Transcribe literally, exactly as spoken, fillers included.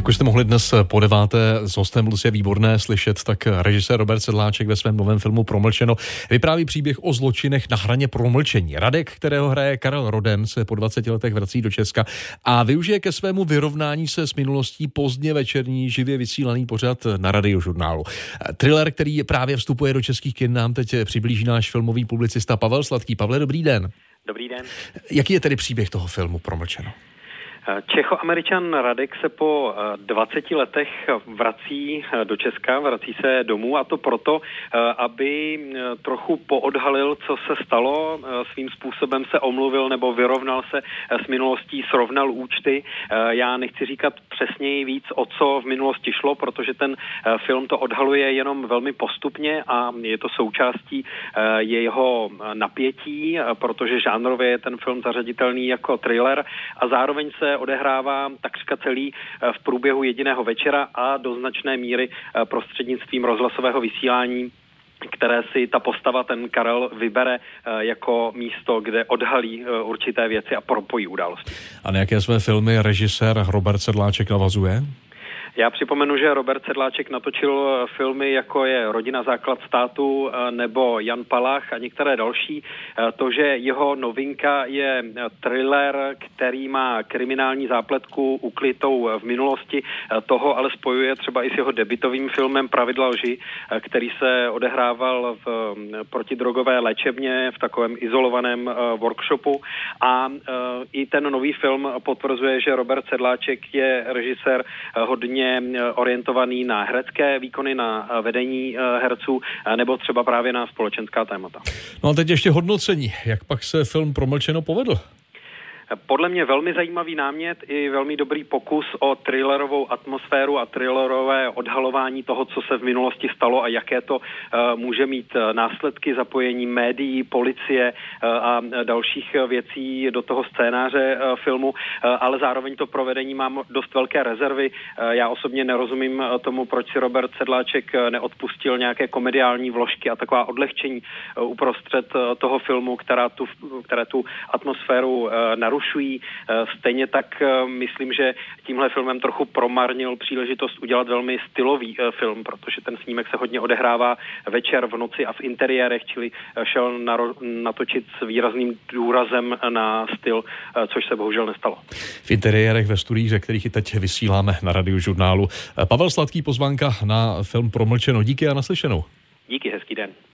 Jak už jste mohli dnes po deváté s hostem Lucie Výborné slyšet, tak režisér Robert Sedláček ve svém novém filmu Promlčeno vypráví příběh o zločinech na hraně promlčení. Radek, kterého hraje Karel Roden, se po dvaceti letech vrací do Česka a využije ke svému vyrovnání se s minulostí pozdně večerní živě vysílaný pořad na Radiožurnálu. Thriller, který právě vstupuje do českých kin, nám teď přiblíží náš filmový publicista Pavel Sladký. Pavle, dobrý den. Dobrý den. Jaký je tedy příběh toho filmu Promlčeno? Čecho-Američan Radek se po dvaceti letech vrací do Česka, vrací se domů, a to proto, aby trochu poodhalil, co se stalo, svým způsobem se omluvil nebo vyrovnal se s minulostí, srovnal účty. Já nechci říkat přesněji víc, o co v minulosti šlo, protože ten film to odhaluje jenom velmi postupně a je to součástí jeho napětí, protože žánrově je ten film zařaditelný jako thriller a zároveň se odehrává takřka celý v průběhu jediného večera a do značné míry prostřednictvím rozhlasového vysílání, které si ta postava, ten Karel, vybere jako místo, kde odhalí určité věci a propojí události. A na jaké své filmy režisér Robert Sedláček navazuje? Já připomenu, že Robert Sedláček natočil filmy, jako je Rodina základ státu nebo Jan Palach a některé další. To, že jeho novinka je thriller, který má kriminální zápletku ukrytou v minulosti, toho ale spojuje třeba i s jeho debutovým filmem Pravidla lži, který se odehrával v protidrogové léčebně v takovém izolovaném workshopu. A i ten nový film potvrzuje, že Robert Sedláček je režisér hodně orientovaný na herecké výkony, na vedení herců nebo třeba právě na společenská témata. No a teď ještě hodnocení. Jak pak se film Promlčeno povedl? Podle mě velmi zajímavý námět i velmi dobrý pokus o thrillerovou atmosféru a thrillerové odhalování toho, co se v minulosti stalo a jaké to uh, může mít následky, zapojení médií, policie uh, a dalších věcí do toho scénáře uh, filmu, uh, ale zároveň to provedení mám dost velké rezervy. Uh, já osobně nerozumím tomu, proč si Robert Sedláček neodpustil nějaké komediální vložky a taková odlehčení uh, uprostřed uh, toho filmu, která tu, které tu atmosféru uh, narušují. Stejně tak myslím, že tímhle filmem trochu promarnil příležitost udělat velmi stylový film, protože ten snímek se hodně odehrává večer, v noci a v interiérech, čili šel natočit s výrazným důrazem na styl, což se bohužel nestalo. V interiérech ve studiích, ze kterých i teď vysíláme na Radiožurnálu. Pavel Sladký, pozvánka na film Promlčeno. Díky a naslyšenou. Díky, hezký den.